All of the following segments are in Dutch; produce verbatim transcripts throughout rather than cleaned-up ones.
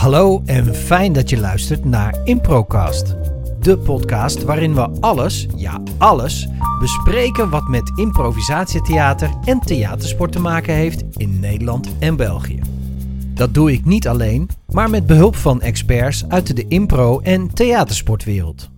Hallo en fijn dat je luistert naar Improcast. De podcast waarin we alles, ja alles, bespreken wat met improvisatietheater en theatersport te maken heeft in Nederland en België. Dat doe ik niet alleen, maar met behulp van experts uit de impro- en theatersportwereld.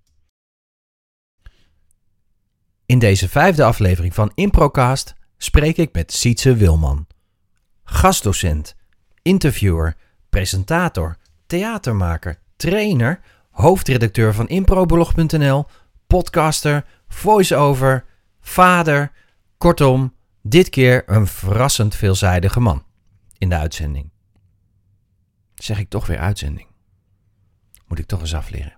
In deze vijfde aflevering van Improcast spreek ik met Sietse Wilman. Gastdocent, interviewer, presentator, theatermaker, trainer, hoofdredacteur van improblog punt n l, podcaster, voice-over, vader, kortom, dit keer een verrassend veelzijdige man in de uitzending. Zeg ik toch weer uitzending? Moet ik toch eens afleren.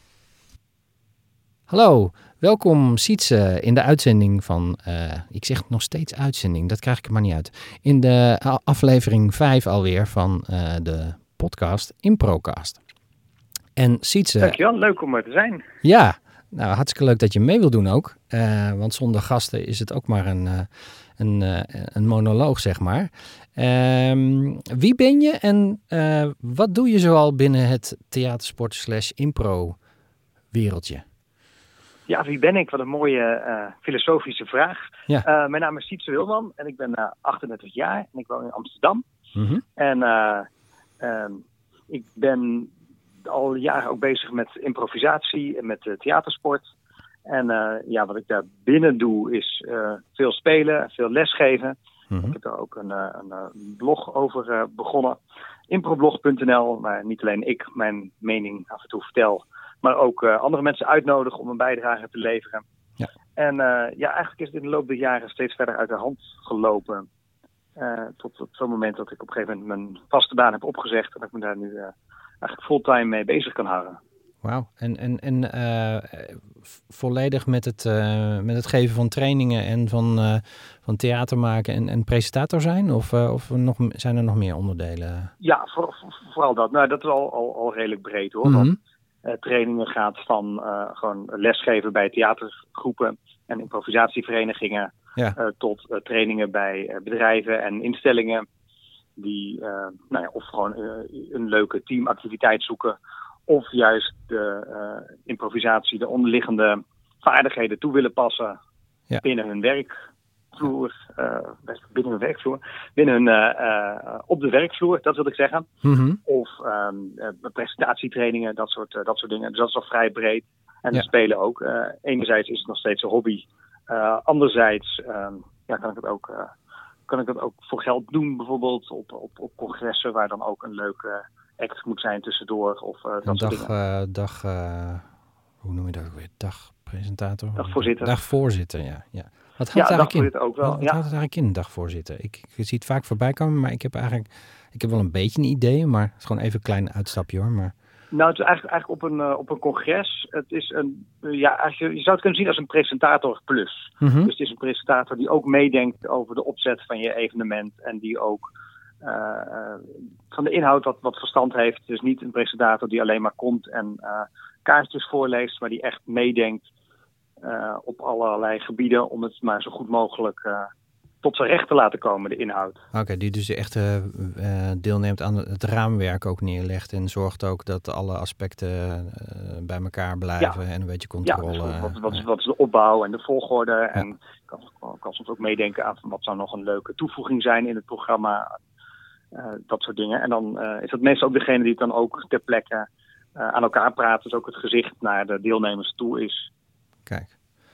Hallo, welkom Sietse in de uitzending van, uh, ik zeg nog steeds uitzending, dat krijg ik er maar niet uit. In de a- aflevering vijf alweer van uh, de podcast Improcast. En Sietse... Dankjewel, leuk om er te zijn. Ja, nou hartstikke leuk dat je mee wil doen ook. Uh, want zonder gasten is het ook maar een, uh, een, uh, een monoloog, zeg maar. Uh, wie ben je en uh, wat doe je zoal binnen het theatersport slash impro wereldje? Ja, wie ben ik? Wat een mooie uh, filosofische vraag. Ja. Uh, mijn naam is Sietse Wilman en ik ben uh, achtendertig jaar en ik woon in Amsterdam. Mm-hmm. En uh, uh, ik ben al jaren ook bezig met improvisatie en met uh, theatersport. En uh, ja, wat ik daar binnen doe is uh, veel spelen, veel lesgeven. Mm-hmm. Ik heb daar ook een, uh, een uh, blog over uh, begonnen. improblog punt n l, waar niet alleen ik mijn mening af en toe vertel, maar ook uh, andere mensen uitnodigen om een bijdrage te leveren. Ja. En uh, ja, eigenlijk is het in de loop der jaren steeds verder uit de hand gelopen. Uh, tot op zo'n moment dat ik op een gegeven moment mijn vaste baan heb opgezegd en dat ik me daar nu uh, eigenlijk fulltime mee bezig kan houden. Wauw, en, en, en uh, volledig met het, uh, met het geven van trainingen en van, uh, van theater maken en, en presentator zijn? Of, uh, of nog, zijn er nog meer onderdelen? Ja, voor, voor, vooral dat. Nou, dat is al, al, al redelijk breed hoor. Mm-hmm. Want uh, trainingen gaat van uh, gewoon lesgeven bij theatergroepen en improvisatieverenigingen. Ja. Uh, tot uh, trainingen bij uh, bedrijven en instellingen die uh, nou ja, of gewoon uh, een leuke teamactiviteit zoeken. Of juist de uh, improvisatie, de onderliggende vaardigheden toe willen passen ja. binnen hun werkvloer. Uh, binnen hun werkvloer. Binnen hun, uh, uh, op de werkvloer, dat wil ik zeggen. Mm-hmm. Of um, uh, presentatietrainingen, dat soort, uh, dat soort dingen. Dus dat is al vrij breed. En ja. het spelen ook. Uh, enerzijds is het nog steeds een hobby. Uh, anderzijds um, ja, kan ik het ook, uh, kan ik het ook voor geld doen, bijvoorbeeld op, op, op congressen waar dan ook een leuke act moet zijn tussendoor of uh, dat een soort dag, dingen. Uh, dag, uh, hoe noem je dat ook weer? Dagpresentator? Dagvoorzitter. Dagvoorzitter, ja. ja. Wat houdt ja, het eigenlijk in? ook wel. Wat, wat ja. houdt het eigenlijk in, dagvoorzitter? Ik, ik zie het vaak voorbij komen, maar ik heb eigenlijk, ik heb wel een beetje een idee, maar het is gewoon even een klein uitstapje hoor. Maar... Nou, het is eigenlijk, eigenlijk op, een, uh, op een congres. Het is een, uh, ja, eigenlijk, je zou het kunnen zien als een presentator plus. Mm-hmm. Dus het is een presentator die ook meedenkt over de opzet van je evenement en die ook uh, uh, van de inhoud wat, wat verstand heeft. Dus niet een presentator die alleen maar komt en uh, kaartjes voorleest, maar die echt meedenkt uh, op allerlei gebieden om het maar zo goed mogelijk uh, tot zijn recht te laten komen, de inhoud. Oké, okay, die dus echt uh, uh, deelneemt aan het raamwerk ook neerlegt en zorgt ook dat alle aspecten uh, bij elkaar blijven ja. en een beetje controle. Ja, dus wat, wat, is, wat is de opbouw en de volgorde ja. en ik kan, kan soms ook meedenken aan wat zou nog een leuke toevoeging zijn in het programma, uh, dat soort dingen. En dan uh, is dat meestal ook degene die het dan ook ter plekke uh, aan elkaar praat, dus ook het gezicht naar de deelnemers toe is. Kijk.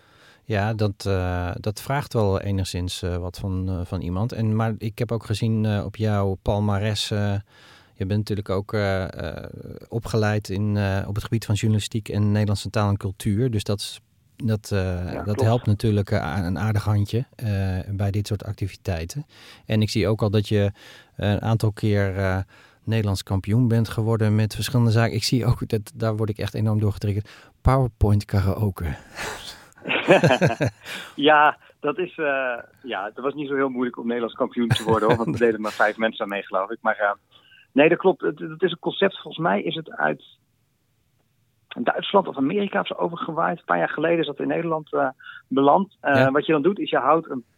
Ja, dat, uh, dat vraagt wel enigszins uh, wat van, uh, van iemand. En, maar ik heb ook gezien uh, op jouw palmares, uh, je bent natuurlijk ook uh, uh, opgeleid in, uh, op het gebied van journalistiek en Nederlandse taal en cultuur. Dus dat, dat, uh, ja, dat helpt natuurlijk uh, een aardig handje uh, bij dit soort activiteiten. En ik zie ook al dat je uh, een aantal keer uh, Nederlands kampioen bent geworden met verschillende zaken. Ik zie ook, dat, daar word ik echt enorm door getriggerd, PowerPoint karaoke. ja, dat is, uh, ja, het was niet zo heel moeilijk om Nederlands kampioen te worden, hoor, want er deden maar vijf mensen aan mee, geloof ik. Maar uh, nee, dat klopt. Het, het is een concept, volgens mij is het uit Duitsland of Amerika of zo overgewaaid. Een paar jaar geleden is dat in Nederland uh, beland. Uh, ja. Wat je dan doet, is je houdt een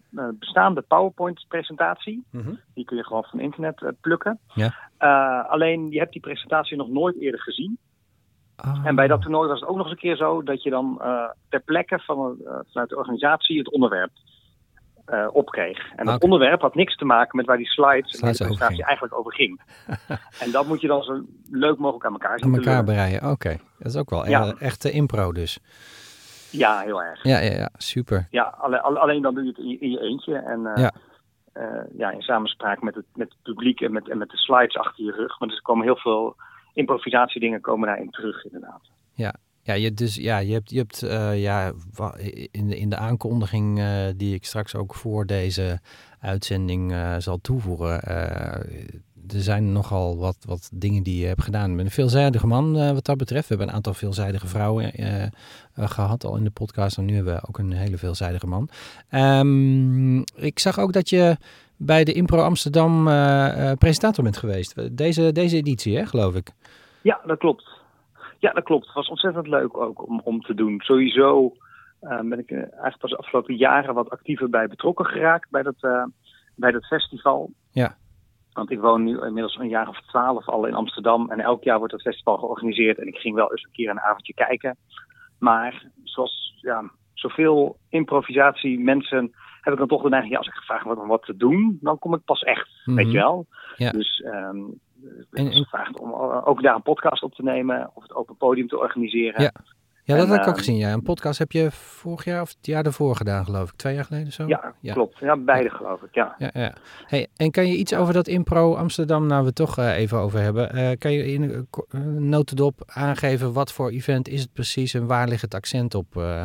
uh, bestaande PowerPoint-presentatie. Mm-hmm. Die kun je gewoon van internet uh, plukken. Ja. Uh, alleen, je hebt die presentatie nog nooit eerder gezien. Oh. En bij dat toernooi was het ook nog eens een keer zo dat je dan uh, ter plekke van, uh, vanuit de organisatie het onderwerp uh, opkreeg. En dat okay. onderwerp had niks te maken met waar die slides, slides en de presentatie eigenlijk over ging. En dat moet je dan zo leuk mogelijk aan elkaar zien. Aan elkaar breien, oké. Okay. Dat is ook wel ja. uh, echt uh, impro dus. Ja, heel erg. Ja, ja, ja, super. Ja, alleen, alleen dan doe je het in je, in je eentje. En uh, ja. Uh, ja, in samenspraak met het, met het publiek en met, en met de slides achter je rug. Maar dus er komen heel veel improvisatiedingen komen daarin terug, inderdaad. Ja, ja, je, dus, ja je hebt, je hebt uh, ja, in, de, in de aankondiging uh, die ik straks ook voor deze uitzending uh, zal toevoegen. Uh, er zijn nogal wat, wat dingen die je hebt gedaan. Je bent een veelzijdige man uh, wat dat betreft. We hebben een aantal veelzijdige vrouwen uh, uh, gehad al in de podcast. En nu hebben we ook een hele veelzijdige man. Um, ik zag ook dat je bij de Impro Amsterdam uh, uh, presentator bent geweest. Deze, deze editie, hè, geloof ik. Ja, dat klopt. Ja, dat klopt. Het was ontzettend leuk ook om, om te doen. Sowieso uh, ben ik uh, eigenlijk pas de afgelopen jaren wat actiever bij betrokken geraakt bij dat, uh, bij dat festival. Ja. Want ik woon nu inmiddels een jaar of twaalf al in Amsterdam. En elk jaar wordt het festival georganiseerd. En ik ging wel eens een keer een avondje kijken. Maar zoals ja, zoveel improvisatie mensen heb ik dan toch de neiging, ja, als ik gevraagd word om wat te doen, dan kom ik pas echt, mm-hmm. weet je wel. Ja. Dus um, ik ben gevraagd om ook daar een podcast op te nemen of het open podium te organiseren. Ja, ja dat en, heb ik ook um, gezien. Ja. Een podcast heb je vorig jaar of het jaar daarvoor gedaan, geloof ik. Twee jaar geleden zo? Ja, ja. klopt. Ja, beide ja. geloof ik, ja. ja, ja. Hey, en kan je iets over dat Impro Amsterdam, nou we het toch uh, even over hebben, uh, kan je in een uh, notendop aangeven wat voor event is het precies en waar ligt het accent op? Uh...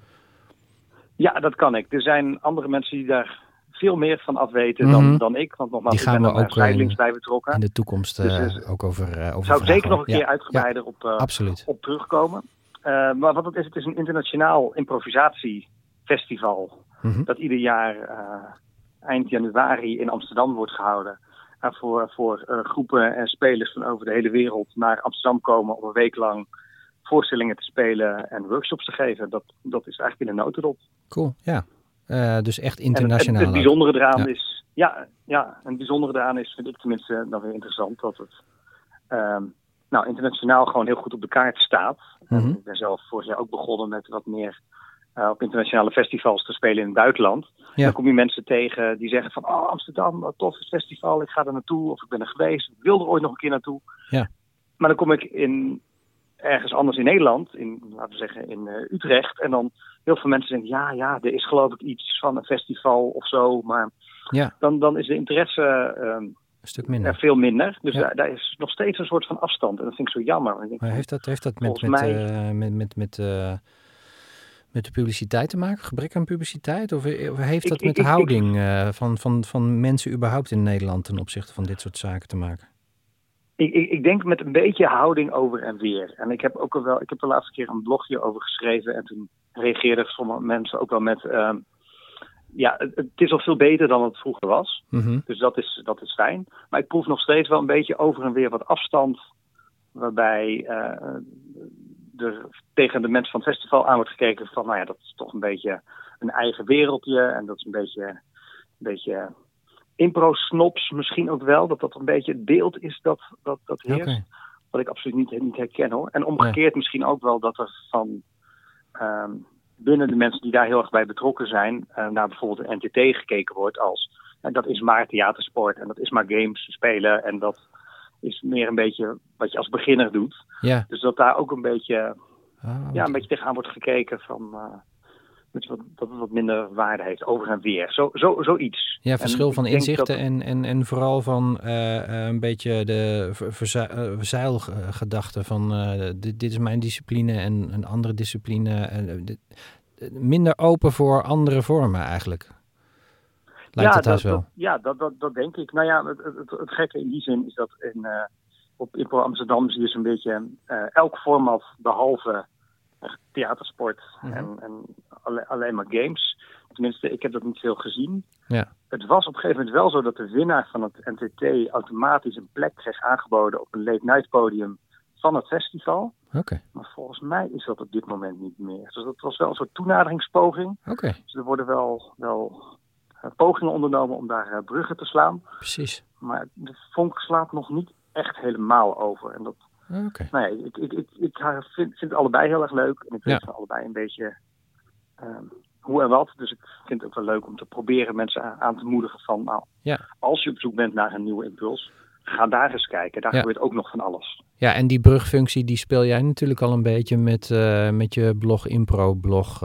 Ja, dat kan ik. Er zijn andere mensen die daar veel meer van afweten mm-hmm. dan, dan ik. Want nogmaals, die gaan ik ben we ook zijdelings bij betrokken. In de toekomst uh, dus, dus, ook over, uh, over zou ik zeker nog een ja. keer uitgebreider ja. op, uh, Absoluut. op terugkomen. Uh, maar wat het is, het is een internationaal improvisatiefestival. Mm-hmm. Dat ieder jaar uh, eind januari in Amsterdam wordt gehouden. En voor, voor uh, groepen en spelers van over de hele wereld naar Amsterdam komen om een week lang voorstellingen te spelen en workshops te geven. Dat, dat is eigenlijk in een notendop. Cool, ja. Uh, dus echt internationaal. En het, het, het bijzondere eraan ja. is, ja, ja, en het bijzondere eraan is, vind ik tenminste dan weer interessant, dat het um, nou, internationaal gewoon heel goed op de kaart staat. Mm-hmm. Ik ben zelf vorig jaar ook begonnen met wat meer uh, op internationale festivals te spelen in het buitenland. Ja. Dan kom je mensen tegen die zeggen van, oh Amsterdam, wat tof is festival, ik ga er naartoe of ik ben er geweest, ik wil er ooit nog een keer naartoe. Ja. Maar dan kom ik in ergens anders in Nederland, in, laten we zeggen in uh, Utrecht. En dan heel veel mensen denken, ja, ja, er is geloof ik iets van een festival of zo. Maar ja. dan, dan is de interesse um, een stuk minder. er veel minder. Dus ja. daar, daar is nog steeds een soort van afstand. En dat vind ik zo jammer. Ik denk, maar heeft dat, heeft dat met, met, mij, uh, met, met, met, uh, met de publiciteit te maken? Gebrek aan publiciteit? Of, of heeft dat ik, met ik, de houding ik, uh, van, van, van mensen überhaupt in Nederland ten opzichte van dit soort zaken te maken? Ik, ik, ik denk met een beetje houding over en weer. En ik heb ook al wel, ik heb de laatste keer een blogje over geschreven. En toen reageerden sommige mensen ook wel met, uh, ja, het, het is al veel beter dan het vroeger was. Mm-hmm. Dus dat is, dat is fijn. Maar ik proef nog steeds wel een beetje over en weer wat afstand. Waarbij uh, er tegen de mensen van het festival aan wordt gekeken van, nou ja, dat is toch een beetje een eigen wereldje. En dat is een beetje, een beetje impro-snops misschien ook wel. Dat dat een beetje het beeld is dat, dat, dat heerst. Okay. Wat ik absoluut niet, niet herken hoor. En omgekeerd nee. misschien ook wel dat er van um, binnen de mensen die daar heel erg bij betrokken zijn, uh, naar bijvoorbeeld de N T T gekeken wordt als, uh, dat is maar theatersport en dat is maar games spelen en dat is meer een beetje wat je als beginner doet. Ja. Dus dat daar ook een beetje, oh, ja, een beetje tegenaan wordt gekeken van, uh, dat het wat minder waarde heeft, over en weer. Zo, zo, zoiets. Ja, verschil en van inzichten dat, en, en, en vooral van uh, een beetje de verzuilgedachte van uh, dit, dit is mijn discipline en een andere discipline. Uh, dit, minder open voor andere vormen eigenlijk. Lijkt ja, het dat, wel. Dat, ja, dat, dat, dat denk ik. Nou ja, het, het, het gekke in die zin is dat in, uh, op Impro Amsterdam zie je zo'n beetje uh, elk format behalve theatersport mm-hmm. en, en alle, alleen maar games. Tenminste, ik heb dat niet veel gezien. Ja. Het was op een gegeven moment wel zo dat de winnaar van het N T T automatisch een plek kreeg aangeboden op een late night podium van het festival. Okay. Maar volgens mij is dat op dit moment niet meer. Dus dat was wel een soort toenaderingspoging. Okay. Dus er worden wel, wel pogingen ondernomen om daar uh, bruggen te slaan. Precies. Maar de vonk slaat nog niet echt helemaal over. En dat, okay. nou ja, ik, ik, ik, ik vind, vind het allebei heel erg leuk. En ik weet ja. van allebei een beetje uh, hoe en wat. Dus ik vind het ook wel leuk om te proberen mensen aan, aan te moedigen van... nou, ja. als je op zoek bent naar een nieuwe impuls, ga daar eens kijken. Daar ja. gebeurt ook nog van alles. Ja, en die brugfunctie die speel jij natuurlijk al een beetje met, uh, met je blog improblog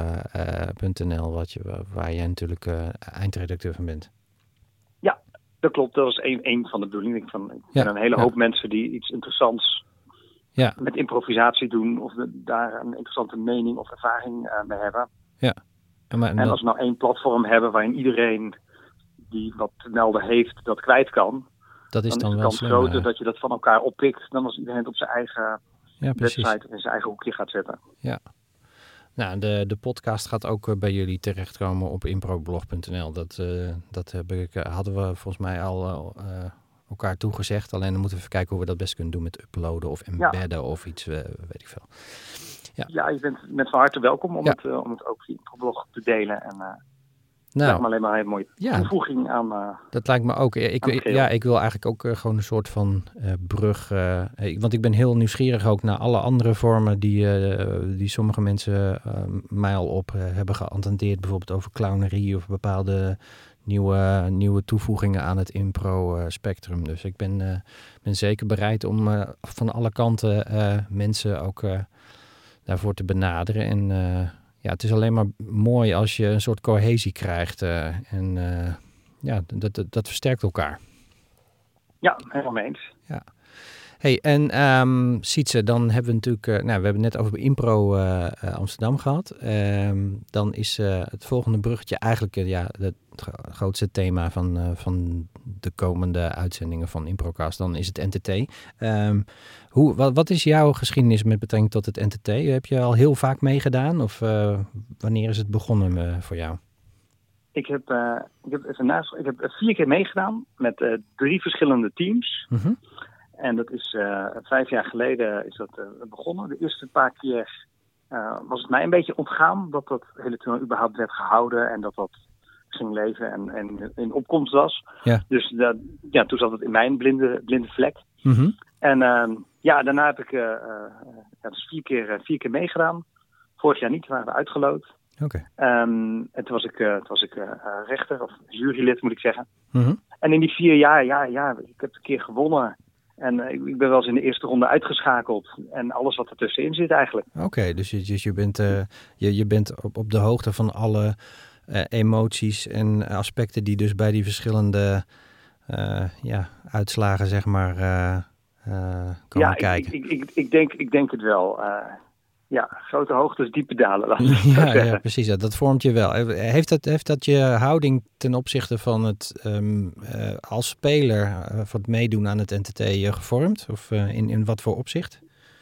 punt n l, uh, uh, waar jij natuurlijk uh, eindredacteur van bent. Ja, dat klopt. Dat is een, een van de bedoelingen. Ik ben ja. een hele hoop ja. mensen die iets interessants ja. met improvisatie doen of de, daar een interessante mening of ervaring uh, mee hebben. Ja. En, maar, en, en als we nou één platform hebben waarin iedereen die wat te melden heeft dat kwijt kan, dat is dan, dan is de wel kans slim, groter uh... dat je dat van elkaar oppikt dan als iedereen het op zijn eigen ja, website of in zijn eigen hoekje gaat zetten. Ja. Nou, de, de podcast gaat ook uh, bij jullie terechtkomen op improblog punt n l. Dat, uh, dat heb ik, uh, hadden we volgens mij al uh, elkaar toegezegd. Alleen dan moeten we even kijken hoe we dat best kunnen doen met uploaden of embedden ja. of iets, uh, weet ik veel. Ja. ja, je bent met van harte welkom om, ja. het, uh, om het ook via improblog te delen en... Uh, Nou, lijkt me alleen maar een hele mooie ja, toevoeging aan. Uh, dat lijkt me ook. Ik, ik, ja, ik wil eigenlijk ook uh, gewoon een soort van uh, brug. Uh, ik, want ik ben heel nieuwsgierig ook naar alle andere vormen die, uh, die sommige mensen uh, mij al op uh, hebben geattendeerd. Bijvoorbeeld over clownerie of bepaalde nieuwe, nieuwe toevoegingen aan het impro-spectrum. Uh, dus ik ben, uh, ben zeker bereid om uh, van alle kanten uh, mensen ook uh, daarvoor te benaderen. En uh, ja, het is alleen maar mooi als je een soort cohesie krijgt. Uh, en uh, ja, dat, dat, dat versterkt elkaar. Ja, helemaal mee eens. Ja. Hey, en um, Sietse, dan hebben we natuurlijk... Uh, nou, we hebben het net over Impro uh, uh, Amsterdam gehad. Um, dan is uh, het volgende bruggetje eigenlijk uh, ja, het grootste thema van, uh, van de komende uitzendingen van Improcast. Dan is het N T T. Um, hoe, wat, wat is jouw geschiedenis met betrekking tot het N T T? Heb je al heel vaak meegedaan? Of uh, wanneer is het begonnen uh, voor jou? Ik heb, uh, ik, heb even naast, ik heb vier keer meegedaan met uh, drie verschillende teams. Mm-hmm. En dat is uh, vijf jaar geleden is dat uh, begonnen. De eerste paar keer uh, was het mij een beetje ontgaan dat dat hele toernooi überhaupt werd gehouden en dat dat ging leven en, en in opkomst was. Ja. Dus uh, ja, toen zat het in mijn blinde, blinde vlek. Mm-hmm. En uh, ja, daarna heb ik uh, uh, ja, dus vier, keer, uh, vier keer meegedaan. Vorig jaar niet, waren we uitgeloot. Okay. Um, en toen was ik, uh, toen was ik uh, rechter, of jurylid moet ik zeggen. Mm-hmm. En in die vier jaar, ja, ja, ik heb een keer gewonnen. En uh, ik ben wel eens in de eerste ronde uitgeschakeld. En alles wat er tussenin zit eigenlijk. Oké, okay, dus, je, dus je bent, uh, je, je bent op, op de hoogte van alle uh, emoties en aspecten die dus bij die verschillende uh, ja, uitslagen, zeg maar, uh, uh, komen ja, kijken. Ik, ik, ik, ik, denk, ik denk het wel. Uh, ja, grote hoogtes, diepe dalen. Ja, ja, precies. Dat, dat vormt je wel. Heeft dat, heeft dat je houding ten opzichte van het um, uh, als speler uh, van het meedoen aan het N T T uh, gevormd? Of uh, in, in wat voor opzicht?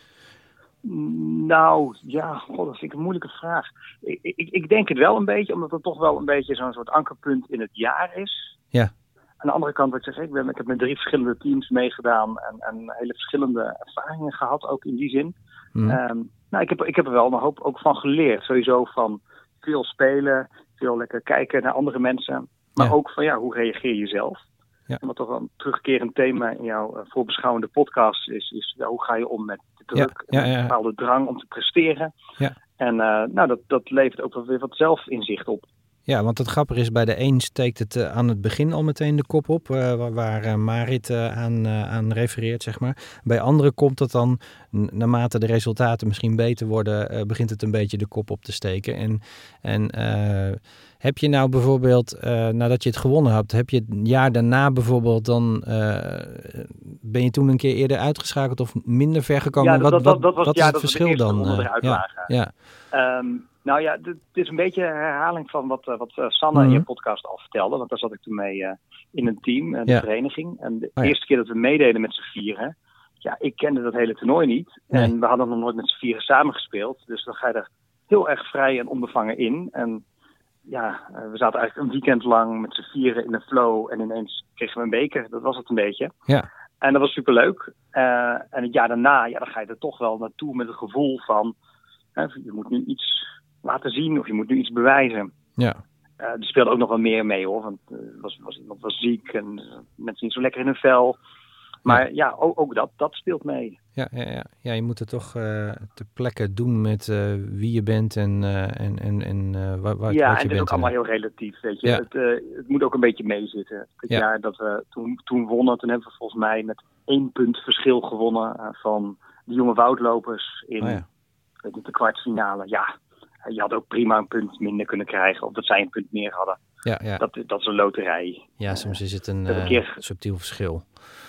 Nou, ja, god, dat vind ik een moeilijke vraag. Ik, ik, ik denk het wel een beetje, omdat het toch wel een beetje zo'n soort ankerpunt in het jaar is. Ja. Aan de andere kant, wat ik zeg, ik, ben, ik heb met drie verschillende teams meegedaan en, en hele verschillende ervaringen gehad, ook in die zin. Mm. Um, nou, ik heb, ik heb er wel een hoop ook van geleerd. Sowieso van veel spelen, veel lekker kijken naar andere mensen. Maar ja. ook van, ja, hoe reageer je zelf? Ja. En wat toch wel een terugkerend thema in jouw uh, voorbeschouwende podcast is, is ja, hoe ga je om met de druk ja. Ja, ja, ja. en een bepaalde drang om te presteren. Ja. En uh, nou, dat, dat levert ook wel weer wat zelfinzicht op. Ja, want het grappige is, bij de een steekt het uh, aan het begin al meteen de kop op, uh, waar, waar uh, Marit uh, aan, uh, aan refereert, zeg maar. Bij anderen komt het dan, n- naarmate de resultaten misschien beter worden, uh, begint het een beetje de kop op te steken. En, en uh, heb je nou bijvoorbeeld, uh, nadat je het gewonnen hebt, heb je het jaar daarna bijvoorbeeld dan, uh, ben je toen een keer eerder uitgeschakeld of minder ver gekomen? Ja, dat, wat, dat, dat, dat wat, was, wat ja, is het dat verschil dan? Uh, ja, ja. Um, Nou ja, het is een beetje een herhaling van wat, uh, wat uh, Sanne mm-hmm. in je podcast al vertelde. Want daar zat ik toen mee uh, in een team, uh, de ja. vereniging. En de oh, ja. eerste keer dat we meededen met z'n vieren, ja, ik kende dat hele toernooi niet. Nee. En we hadden nog nooit met z'n vieren samengespeeld. Dus dan ga je er heel erg vrij en onbevangen in. En ja, uh, we zaten eigenlijk een weekend lang met z'n vieren in een flow. En ineens kregen we een beker. Dat was het een beetje. Ja. En dat was superleuk. Uh, en het jaar daarna, ja, dan ga je er toch wel naartoe met het gevoel van, hè, je moet nu iets laten zien of je moet nu iets bewijzen. Ja. Uh, er speelde ook nog wel meer mee hoor. Want er uh, was, was iemand was ziek en uh, mensen niet zo lekker in hun vel. Maar ja, ja ook, ook dat, dat speelt mee. Ja, ja, ja. ja je moet het toch uh, ter plekke doen met uh, wie je bent en, uh, en, en, en uh, waar, waar ja, wat je bent. Ja, en het is ook allemaal heel relatief. Weet je. Ja. Het, uh, het moet ook een beetje meezitten. Het ja. jaar dat we toen, toen wonnen, toen hebben we volgens mij met één punt verschil gewonnen uh, van de jonge woudlopers in oh ja. weet niet, de kwartfinale. Ja, je had ook prima een punt minder kunnen krijgen of dat zij een punt meer hadden. Ja, ja. Dat, dat is een loterij. Ja, soms is het een, uh, een keer... subtiel verschil.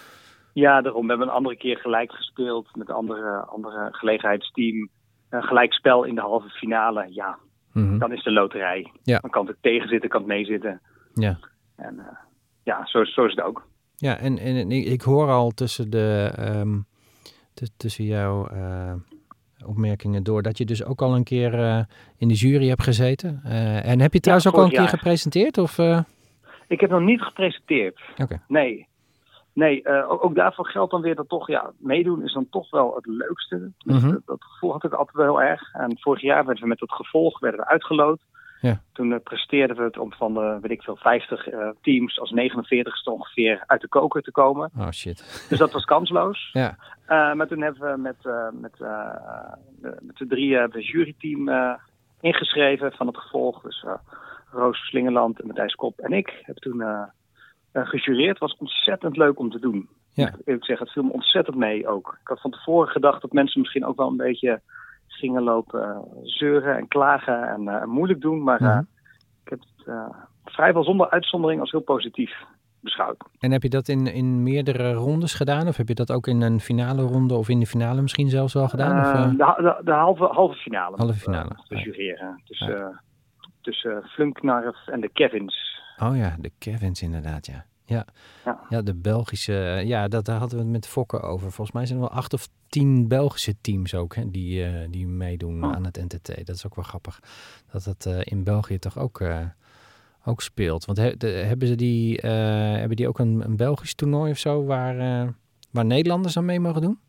Ja, daarom. We hebben een andere keer gelijk gespeeld met een andere, andere gelegenheidsteam. Een gelijkspel in de halve finale. Ja, mm-hmm. Dan is de loterij. Ja. Dan kan het tegen zitten, kan het meezitten. Ja. En uh, ja, zo, zo is het ook. Ja, en, en ik hoor al tussen, de, um, t- tussen jouw uh, opmerkingen door dat je dus ook al een keer uh, in de jury hebt gezeten. Uh, en heb je trouwens ja, ook al een keer jaar. gepresenteerd? Of, uh... Ik heb nog niet gepresenteerd. Oké. Okay. Nee. Nee, uh, ook, ook daarvoor geldt dan weer dat toch, ja, meedoen is dan toch wel het leukste. Dus mm-hmm. dat, dat gevoel had ik altijd wel heel erg. En vorig jaar werden we met het gevolg werden we uitgeloot. Ja. Toen uh, presteerden we het om van de, weet ik veel, vijftig uh, teams als negenenveertigste ongeveer uit de koker te komen. Oh shit. Dus dat was kansloos. Ja. Uh, maar toen hebben we met, uh, met, uh, de, met de drie uh, de juryteam uh, ingeschreven van het gevolg. Dus uh, Roos Slingerland, Matthijs Kop en ik hebben toen... Uh, Uh, gejureerd. Was ontzettend leuk om te doen. Ja. Ik zeg, het viel me ontzettend mee ook. Ik had van tevoren gedacht dat mensen misschien ook wel een beetje gingen lopen uh, zeuren en klagen en uh, moeilijk doen. Maar uh, mm-hmm. ik heb het uh, vrijwel zonder uitzondering als heel positief beschouwd. En heb je dat in, in meerdere rondes gedaan? Of heb je dat ook in een finale ronde of in de finale misschien zelfs wel gedaan? Uh, of, uh... de, de, de halve, halve finale. Halve finale. Uh, te jureren. Dus, ja. uh, tussen uh, Flunknarf en de Kevins. Oh ja, de Kevins inderdaad, ja. Ja, ja. ja de Belgische... Ja, dat, daar hadden we het met Fokker over. Volgens mij zijn er wel acht of tien Belgische teams ook, hè, die, uh, die meedoen oh. aan het N T T. Dat is ook wel grappig. Dat het uh, in België toch ook, uh, ook speelt. Want he, de, hebben, ze die, uh, hebben die ook een, een Belgisch toernooi of zo waar, uh, waar Nederlanders aan mee mogen doen?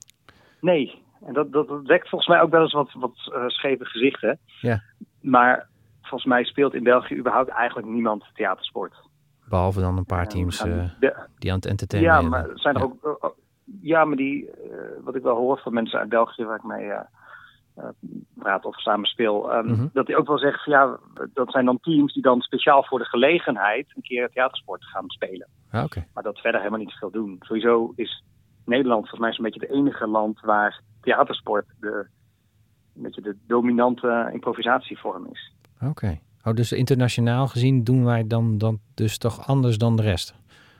Nee, en dat, dat, dat wekt volgens mij ook wel eens wat, wat uh, scheve gezichten. Ja. Maar volgens mij speelt in België überhaupt eigenlijk niemand theatersport. Behalve dan een paar teams uh, de, die aan het entertainen Ja, maar zijn er ja. ook... Uh, ja, maar die... Uh, wat ik wel hoor van mensen uit België waar ik mee uh, uh, praat of samen speel... Um, mm-hmm. dat die ook wel zeggen van ja, dat zijn dan teams die dan speciaal voor de gelegenheid een keer theatersport gaan spelen. Ah, okay. Maar dat verder helemaal niet veel doen. Sowieso is Nederland volgens mij zo'n beetje het enige land waar theatersport de, een beetje de dominante improvisatievorm is. Oké. Okay. Oh, dus internationaal gezien doen wij dan, dan dus toch anders dan de rest?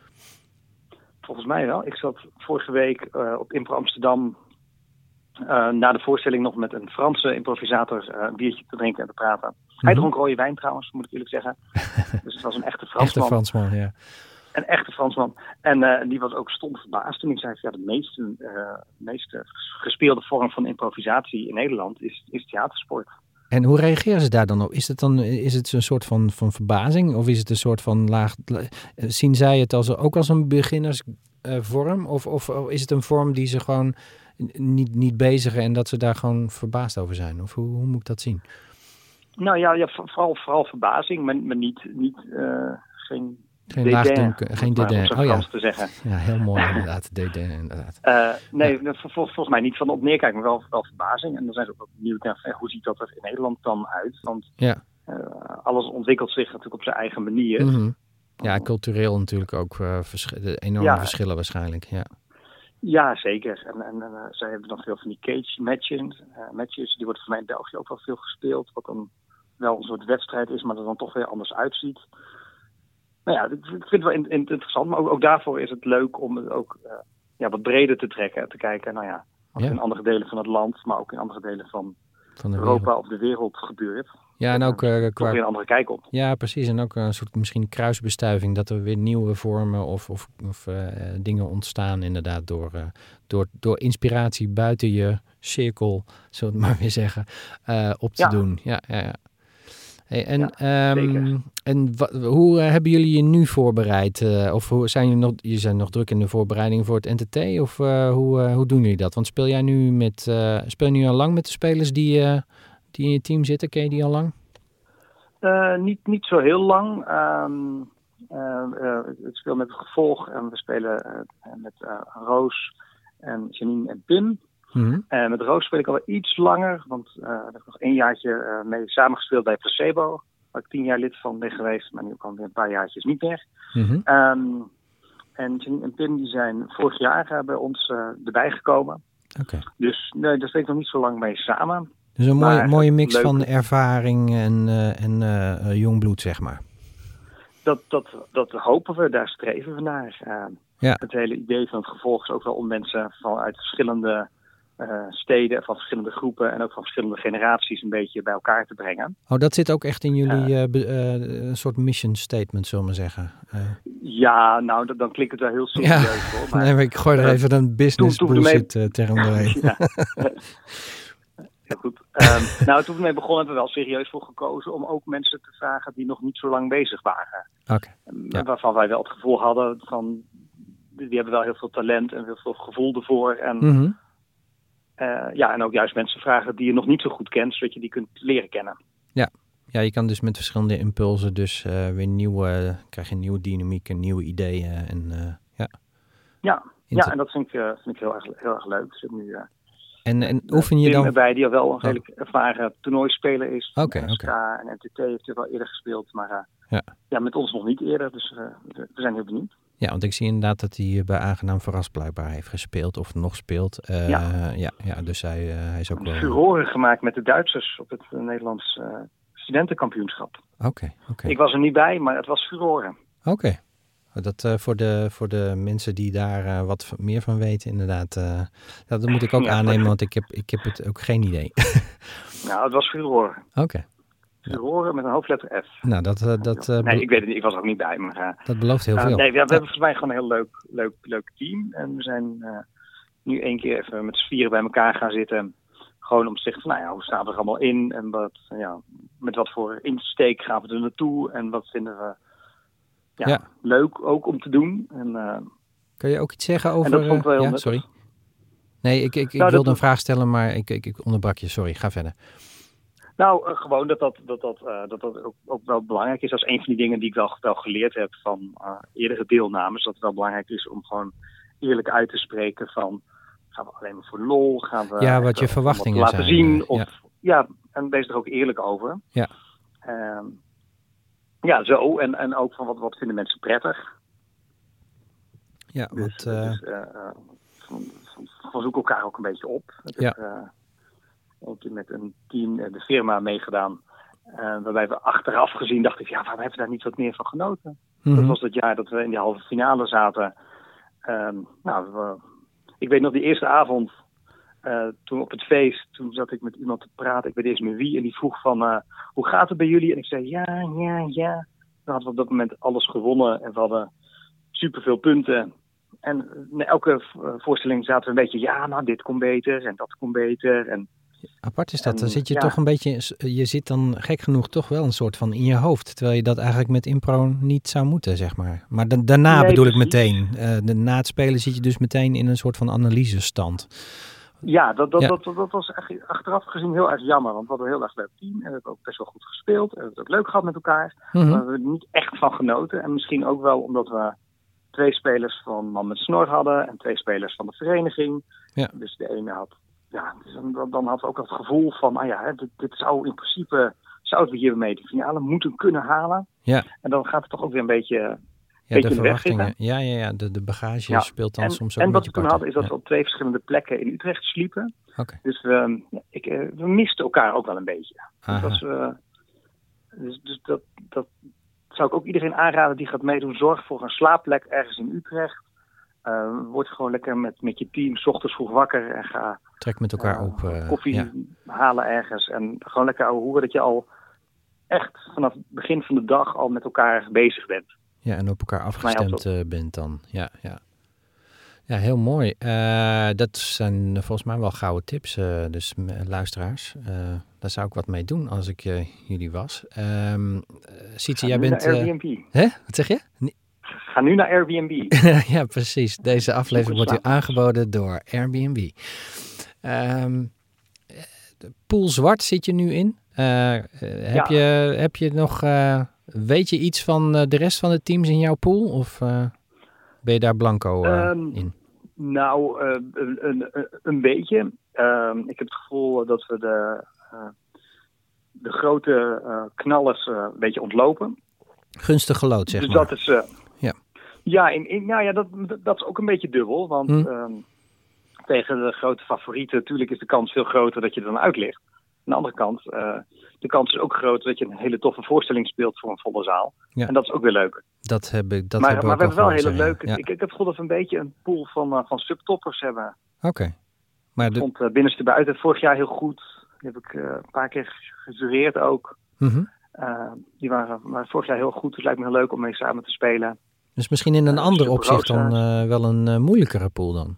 Volgens mij wel. Ik zat vorige week uh, op Impro Amsterdam uh, na de voorstelling nog met een Franse improvisator uh, een biertje te drinken en te praten. Mm-hmm. Hij dronk rode wijn trouwens, moet ik eerlijk zeggen. Dus het was een echte Fransman. Echte Fransman, ja. Een echte Fransman. En uh, die was ook stom verbaasd toen ik zei, ja, de meeste, uh, meeste gespeelde vorm van improvisatie in Nederland is, is theatersport. En hoe reageren ze daar dan op? Is het dan is het een soort van, van verbazing? Of is het een soort van laag... Zien zij het als, ook als een beginnersvorm? Uh, of, of, of is het een vorm die ze gewoon niet, niet bezigen en dat ze daar gewoon verbaasd over zijn? Of hoe, hoe moet ik dat zien? Nou ja, ja vooral, vooral verbazing, maar, maar niet... niet uh, geen... Geen laagdunken, geen dédain. Oh ja. Te zeggen. Ja, heel mooi inderdaad, dédain inderdaad. Uh, nee, ja. vol, volgens mij niet van op neerkijken, maar wel, wel verbazing. En dan zijn ze ook benieuwd naar ja, hoe ziet dat er in Nederland dan uit? Want ja. uh, alles ontwikkelt zich natuurlijk op zijn eigen manier. Mm-hmm. Ja, cultureel natuurlijk ook uh, vers- enorme ja. verschillen waarschijnlijk. Ja, ja zeker. En, en uh, zij hebben dan veel van die cage matches. Uh, matches. Die wordt voor mij in België ook wel veel gespeeld. Wat dan wel een soort wedstrijd is, maar dat dan toch weer anders uitziet. Nou ja, ik vind het wel interessant, maar ook, ook daarvoor is het leuk om het ook uh, ja, wat breder te trekken. Te kijken, nou ja, wat ja. in andere delen van het land, maar ook in andere delen van, van Europa wereld. Of de wereld gebeurt. Ja, en ook uh, qua... weer een andere kijk op. Ja, precies. En ook een soort misschien kruisbestuiving, dat er weer nieuwe vormen of, of, of uh, dingen ontstaan inderdaad door, uh, door, door inspiratie buiten je cirkel, zullen we het maar weer zeggen, uh, op te ja. doen. Ja, ja, ja. Hey, en ja, um, en wa- hoe uh, hebben jullie je nu voorbereid? Uh, of hoe zijn jullie nog? Je zijn nog druk in de voorbereiding voor het N T T? Of uh, hoe, uh, hoe doen jullie dat? Want speel jij nu met uh, speel je nu al lang met de spelers die, uh, die in je team zitten? Ken je die al lang? Uh, niet, niet zo heel lang. Um, uh, uh, ik speel met het gevolg en we spelen uh, met uh, Roos en Janine en Pim. Mm-hmm. Uh, met Roos speel ik al wel iets langer, want uh, daar heb ik nog een jaartje uh, mee samengespeeld bij Placebo. Waar ik tien jaar lid van ben geweest, maar nu ook alweer een paar jaartjes niet meer. Mm-hmm. Um, en Janine en Pim die zijn vorig jaar uh, bij ons uh, erbij gekomen. Okay. Dus nee, daar speel ik nog niet zo lang mee samen. Dus een mooie, mooie mix leuk. van ervaring en, uh, en uh, jong bloed, zeg maar. Dat, dat, dat hopen we, daar streven we naar. Uh, ja. Het hele idee van het gevolg is ook wel om mensen vanuit verschillende uh, steden, van verschillende groepen en ook van verschillende generaties een beetje bij elkaar te brengen. Oh, dat zit ook echt in jullie uh, be, uh, een soort mission statement, zullen we maar zeggen. Uh. Ja, nou, dat, dan klinkt het wel heel serieus ja. hoor. Maar, nee, maar ik gooi er uh, even een business toen, toen bullshit mee... term doorheen. ja. Ja, goed. Um, nou, toen we mee begonnen hebben we wel serieus voor gekozen om ook mensen te vragen die nog niet zo lang bezig waren. Okay. Um, ja. Waarvan wij wel het gevoel hadden van, die hebben wel heel veel talent en heel veel gevoel ervoor. En, mm-hmm. uh, ja, en ook juist mensen vragen die je nog niet zo goed kent, zodat je die kunt leren kennen. Ja, ja je kan dus met verschillende impulsen dus uh, weer nieuwe, uh, krijg je een nieuwe dynamiek en nieuwe ideeën. En, uh, ja. Ja, ja, en dat vind ik, uh, vind ik heel, erg, heel erg leuk. Dus nu... Uh, En, en oefen je Tim dan... erbij, die al wel een redelijk ervaren toernooispeler is. Oké, okay, oké. Okay. En N T T heeft hij wel eerder gespeeld, maar uh, ja. ja, met ons nog niet eerder. Dus uh, we zijn heel benieuwd. Ja, want ik zie inderdaad dat hij bij Aangenaam Verrast blijkbaar heeft gespeeld of nog speelt. Uh, ja. ja, ja, dus hij, uh, hij is ook wel... Furoren gemaakt met de Duitsers op het uh, Nederlands uh, studentenkampioenschap. Oké, okay, oké. Okay. Ik was er niet bij, maar het was furoren. Oké. Okay. Dat uh, voor, de, voor de mensen die daar uh, wat meer van weten, inderdaad. Uh, dat moet ik ook ja, aannemen, want ik heb, ik heb het ook geen idee. Nou, het was furoren. Oké. Okay. Furoren ja. met een hoofdletter F. Nou, dat... Uh, dat uh, nee, ik weet het niet. Ik was er ook niet bij. Maar, uh, dat belooft heel uh, veel. Nee, ja, we hebben volgens mij gewoon een heel leuk, leuk, leuk team. En we zijn uh, nu één keer even met z'n vieren bij elkaar gaan zitten. Gewoon om te zeggen van, nou ja, hoe staan we er allemaal in? En wat, ja, met wat voor insteek gaan we er naartoe? En wat vinden we... Ja, ja, leuk ook om te doen. En, uh, kun je ook iets zeggen over... En dat vond ik wel heel ja, nuttig. sorry. Nee, ik, ik, ik nou, wilde dat, een vraag stellen, maar ik, ik, ik onderbrak je. Sorry, ga verder. Nou, uh, gewoon dat dat, dat, dat, uh, dat, dat ook, ook wel belangrijk is. Dat is een van die dingen die ik wel, wel geleerd heb van uh, eerdere deelnames. Dat het wel belangrijk is om gewoon eerlijk uit te spreken van... Gaan we alleen maar voor lol? Gaan we ja, wat je verwachtingen wat laten zijn. zien? Uh, of, ja. ja, en wees er ook eerlijk over. Ja. Uh, ja, zo. En, en ook van wat, wat vinden mensen prettig. Ja, dus, wat... Uh... Dus, uh, van, van, van zoek elkaar ook een beetje op. Ik ja. heb uh, een keer met een team de firma meegedaan. Uh, waarbij we achteraf gezien dachten, ja, waarom hebben we daar niet wat meer van genoten? Mm-hmm. Dat was het jaar dat we in die halve finale zaten. Um, nou, we, ik weet nog die eerste avond, uh, toen op het feest, toen zat ik met iemand te praten, ik weet eens met wie, en die vroeg van, uh, hoe gaat het bij jullie? En ik zei, ja, ja, ja. We hadden op dat moment alles gewonnen en we hadden superveel punten. En in elke voorstelling zaten we een beetje, ja, nou, dit kon beter en dat kon beter. En, apart is dat, en, dan zit je ja. toch een beetje, je zit dan gek genoeg toch wel een soort van in je hoofd. Terwijl je dat eigenlijk met impro niet zou moeten, zeg maar. Maar da- daarna nee, bedoel precies. ik meteen. Uh, de, na het spelen zit je dus meteen in een soort van analysestand. Ja, dat, dat, ja. dat, dat, dat was echt achteraf gezien heel erg jammer. Want we hadden een heel erg leuk team. En we hebben ook best wel goed gespeeld. En we hebben het ook leuk gehad met elkaar. Mm-hmm. Maar we hebben er niet echt van genoten. En misschien ook wel omdat we twee spelers van Man met Snor hadden. En twee spelers van de vereniging. Ja. Dus de ene had... Ja, dus dan, dan hadden we ook het gevoel van... Ah ja, dit, dit zou in principe... Zouden we hiermee de finale moeten kunnen halen. Ja. En dan gaat het toch ook weer een beetje... Ja, de verwachtingen. Ja, ja, ja. De, de bagage ja. speelt dan en, soms ook En wat we toen hadden is dat ja. we op twee verschillende plekken in Utrecht sliepen. Okay. Dus we, ik, we misten elkaar ook wel een beetje. Dus, was, uh, dus, dus dat, dat zou ik ook iedereen aanraden die gaat meedoen. Zorg voor een slaapplek ergens in Utrecht. Uh, word gewoon lekker met, met je team 's ochtends vroeg wakker en ga Trek met elkaar uh, op. Uh, koffie ja. halen ergens. En gewoon lekker ouwe hoeren dat je al echt vanaf het begin van de dag al met elkaar bezig bent. Ja, en op elkaar afgestemd uh, bent dan. Ja, ja. Ja, heel mooi. Uh, dat zijn volgens mij wel gouden tips. Uh, dus uh, luisteraars, uh, daar zou ik wat mee doen als ik uh, jullie was. Um, uh, Sietse, jij bent... Naar Airbnb. Uh, hè? Wat zeg je? Nee. Ga nu naar Airbnb. Ja, precies. Deze aflevering wordt u aangeboden door Airbnb. Um, Pool Zwart zit je nu in. Uh, heb, ja. je, heb je nog, uh, weet je iets van uh, de rest van de teams in jouw pool? Of uh, ben je daar blanco uh, um, in? Nou, uh, een, een, een beetje. Uh, ik heb het gevoel dat we de, uh, de grote uh, knallers uh, een beetje ontlopen. Gunstig gelood, zeg dus maar. Dat is, uh, ja, ja, in, in, nou ja dat, dat is ook een beetje dubbel. Want hm. um, tegen de grote favorieten natuurlijk is de kans veel groter dat je er dan uit ligt. Aan de andere kant, uh, de kans is ook groter dat je een hele toffe voorstelling speelt voor een volle zaal. Ja. En dat is ook weer leuk. Dat heb ik, dat maar heb maar we hebben wel hele zeggen, leuke... Ja. Ik, ik heb het gevoel dat we een beetje een pool van, uh, van subtoppers hebben. Oké. Okay. Maar de... Ik vond uh, binnenste buiten vorig jaar heel goed. Die heb ik uh, een paar keer gejureerd ook. Mm-hmm. Uh, die waren, waren vorig jaar heel goed. Dus het lijkt me heel leuk om mee samen te spelen. Dus misschien in een uh, ander opzicht dan uh, wel een uh, moeilijkere pool dan?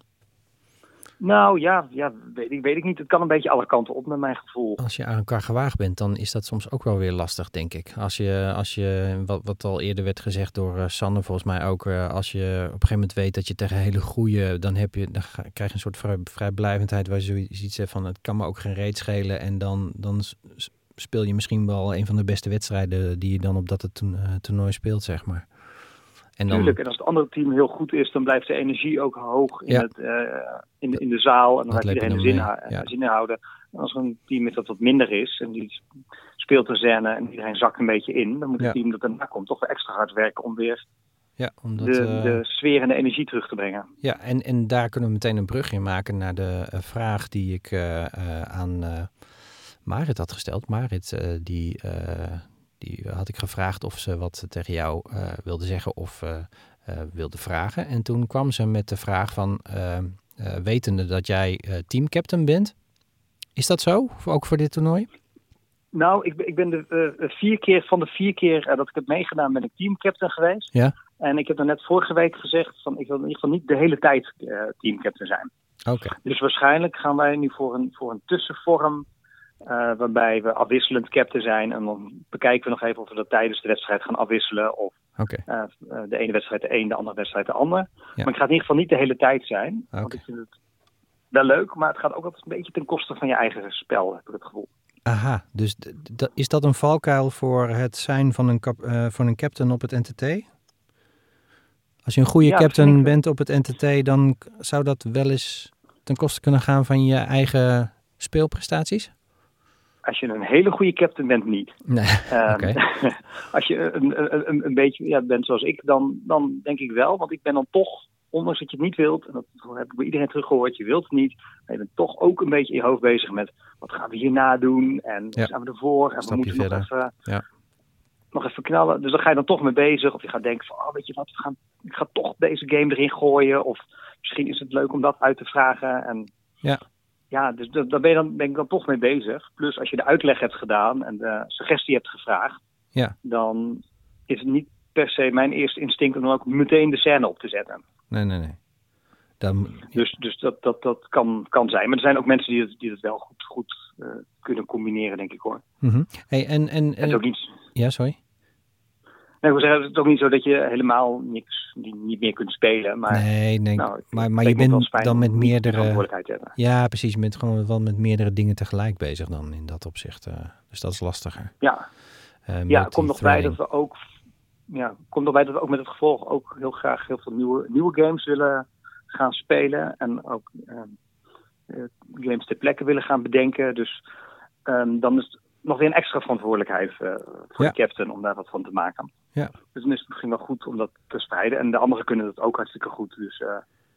Nou ja, ja weet, ik, weet ik niet. Het kan een beetje alle kanten op met mijn gevoel. Als je aan elkaar gewaagd bent, dan is dat soms ook wel weer lastig, denk ik. Als je, als je wat, wat al eerder werd gezegd door uh, Sanne volgens mij ook. Uh, als je op een gegeven moment weet dat je tegen hele goede, dan, heb je, dan ga, krijg je een soort vrij, vrijblijvendheid waar je zoiets zegt van het kan me ook geen reet schelen. En dan, dan speel je misschien wel een van de beste wedstrijden die je dan op dat to- uh, toernooi speelt, zeg maar. En dan... Tuurlijk, en als het andere team heel goed is, dan blijft de energie ook hoog in, ja. het, uh, in, de, in de zaal. En dan blijft iedereen de zin, ha- ja. zin houden. En als er een team is dat wat minder is en die speelt de scène en iedereen zakt een beetje in, dan moet het ja. team dat daarna komt toch wel extra hard werken om weer ja, omdat, de, uh... de sfeer en de energie terug te brengen. Ja, en, en daar kunnen we meteen een brugje maken naar de uh, vraag die ik uh, uh, aan uh, Marit had gesteld. Marit, uh, die... Uh, Die had ik gevraagd of ze wat tegen jou uh, wilde zeggen of uh, uh, wilde vragen. En toen kwam ze met de vraag van, uh, uh, wetende dat jij uh, teamcaptain bent. Is dat zo, ook voor dit toernooi? Nou, ik ben, ik ben de uh, vier keer, van de vier keer uh, dat ik heb meegedaan, ben ik teamcaptain geweest. Ja. En ik heb er net vorige week gezegd, van ik wil in ieder geval niet de hele tijd uh, teamcaptain zijn. Oké. Okay. Dus waarschijnlijk gaan wij nu voor een, voor een tussenvorm... Uh, waarbij we afwisselend captain zijn. En dan bekijken we nog even of we dat tijdens de wedstrijd gaan afwisselen. Of okay. uh, uh, de ene wedstrijd de een, de andere wedstrijd de ander. Ja. Maar het gaat in ieder geval niet de hele tijd zijn. Okay. Want ik vind het wel leuk, maar het gaat ook altijd een beetje ten koste van je eigen spel, heb ik het gevoel. Aha, dus d- d- is dat een valkuil voor het zijn van een, kap- uh, van een captain op het N T T? Als je een goede ja, captain bent op het N T T, dan zou dat wel eens ten koste kunnen gaan van je eigen speelprestaties? Als je een hele goede captain bent, niet. Nee, um, okay. Als je een, een, een beetje ja, bent zoals ik, dan, dan denk ik wel. Want ik ben dan toch, ondanks dat je het niet wilt, en dat heb ik bij iedereen teruggehoord, je wilt het niet. Maar je bent toch ook een beetje in je hoofd bezig met, wat gaan we hierna doen? En ja. Staan we ervoor? En we moeten nog even, ja. nog even knallen. Dus dan ga je dan toch mee bezig. Of je gaat denken van, oh, weet je wat, we gaan, ik ga toch deze game erin gooien. Of misschien is het leuk om dat uit te vragen. En ja. Ja, dus daar ben, je dan, ben ik dan toch mee bezig. Plus als je de uitleg hebt gedaan en de suggestie hebt gevraagd, ja. dan is het niet per se mijn eerste instinct om dan ook meteen de scène op te zetten. Nee, nee, nee. Dan... Dus, dus dat, dat, dat kan, kan zijn. Maar er zijn ook mensen die het, die het wel goed, goed uh, kunnen combineren, denk ik hoor. Mm-hmm. Hey, en, en, het is ook niet... Ja, sorry. Nee, ik wil zeggen, het is ook niet zo dat je helemaal niks, niet meer kunt spelen. Maar, nee, nee. Nou, maar, maar je bent dan met meerdere... Hebben. Ja, precies. Je bent gewoon wel met meerdere dingen tegelijk bezig dan in dat opzicht. Uh, dus dat is lastiger. Ja, uh, ja komt nog bij dat we ook... Ja, komt nog bij dat we ook met het gevolg ook heel graag heel veel nieuwe, nieuwe games willen gaan spelen. En ook uh, uh, games ter plekke willen gaan bedenken. Dus um, dan is het nog weer een extra verantwoordelijkheid uh, voor ja. de captain om daar wat van te maken. Ja. Dus dan is het misschien wel goed om dat te spreiden. En de anderen kunnen dat ook hartstikke goed. Dus uh,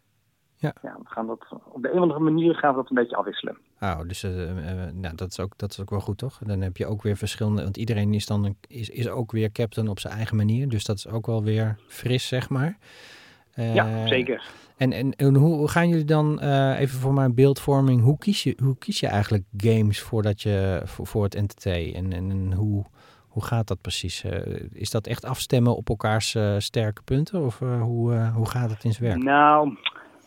ja. Ja, we gaan dat, op de een of andere manier gaan we dat een beetje afwisselen. Oh, dus uh, uh, nou, dat, is ook, dat is ook wel goed, toch? Dan heb je ook weer verschillende... Want iedereen is dan een, is, is ook weer captain op zijn eigen manier. Dus dat is ook wel weer fris, zeg maar. Uh, ja, zeker. En, en, en hoe, hoe gaan jullie dan, uh, even voor mijn beeldvorming... Hoe kies je, hoe kies je eigenlijk games voordat je, voor, voor het N T T? En, en, en hoe... Hoe gaat dat precies? Uh, is dat echt afstemmen op elkaars uh, sterke punten? Of uh, hoe, uh, hoe gaat het in zijn werk? Nou,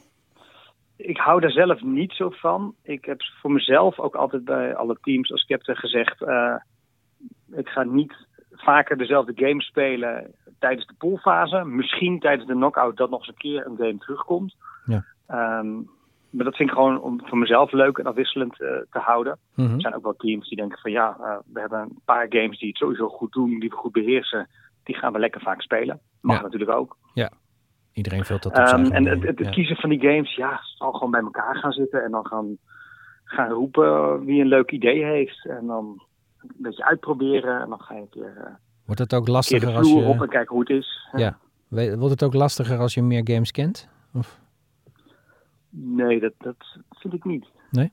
ik hou daar zelf niet zo van. Ik heb voor mezelf ook altijd bij alle teams als captain gezegd... Uh, ik ga niet vaker dezelfde game spelen tijdens de poolfase. Misschien tijdens de knockout dat nog eens een keer een game terugkomt. Ja. Um, maar dat vind ik gewoon om voor mezelf leuk en afwisselend uh, te houden. Mm-hmm. Er zijn ook wel teams die denken van ja, uh, we hebben een paar games die het sowieso goed doen, die we goed beheersen. Die gaan we lekker vaak spelen. Mag ja. natuurlijk ook. Ja, iedereen vult dat op zijn um, En het, het, het ja. kiezen van die games, ja, zal gewoon bij elkaar gaan zitten en dan gaan, gaan roepen wie een leuk idee heeft. En dan een beetje uitproberen en dan ga je een keer, uh, Wordt het ook lastiger een keer de vloer als je... op en kijken hoe het is. Ja. ja. Wordt het ook lastiger als je meer games kent? Of? Nee, dat, dat vind ik niet. Nee?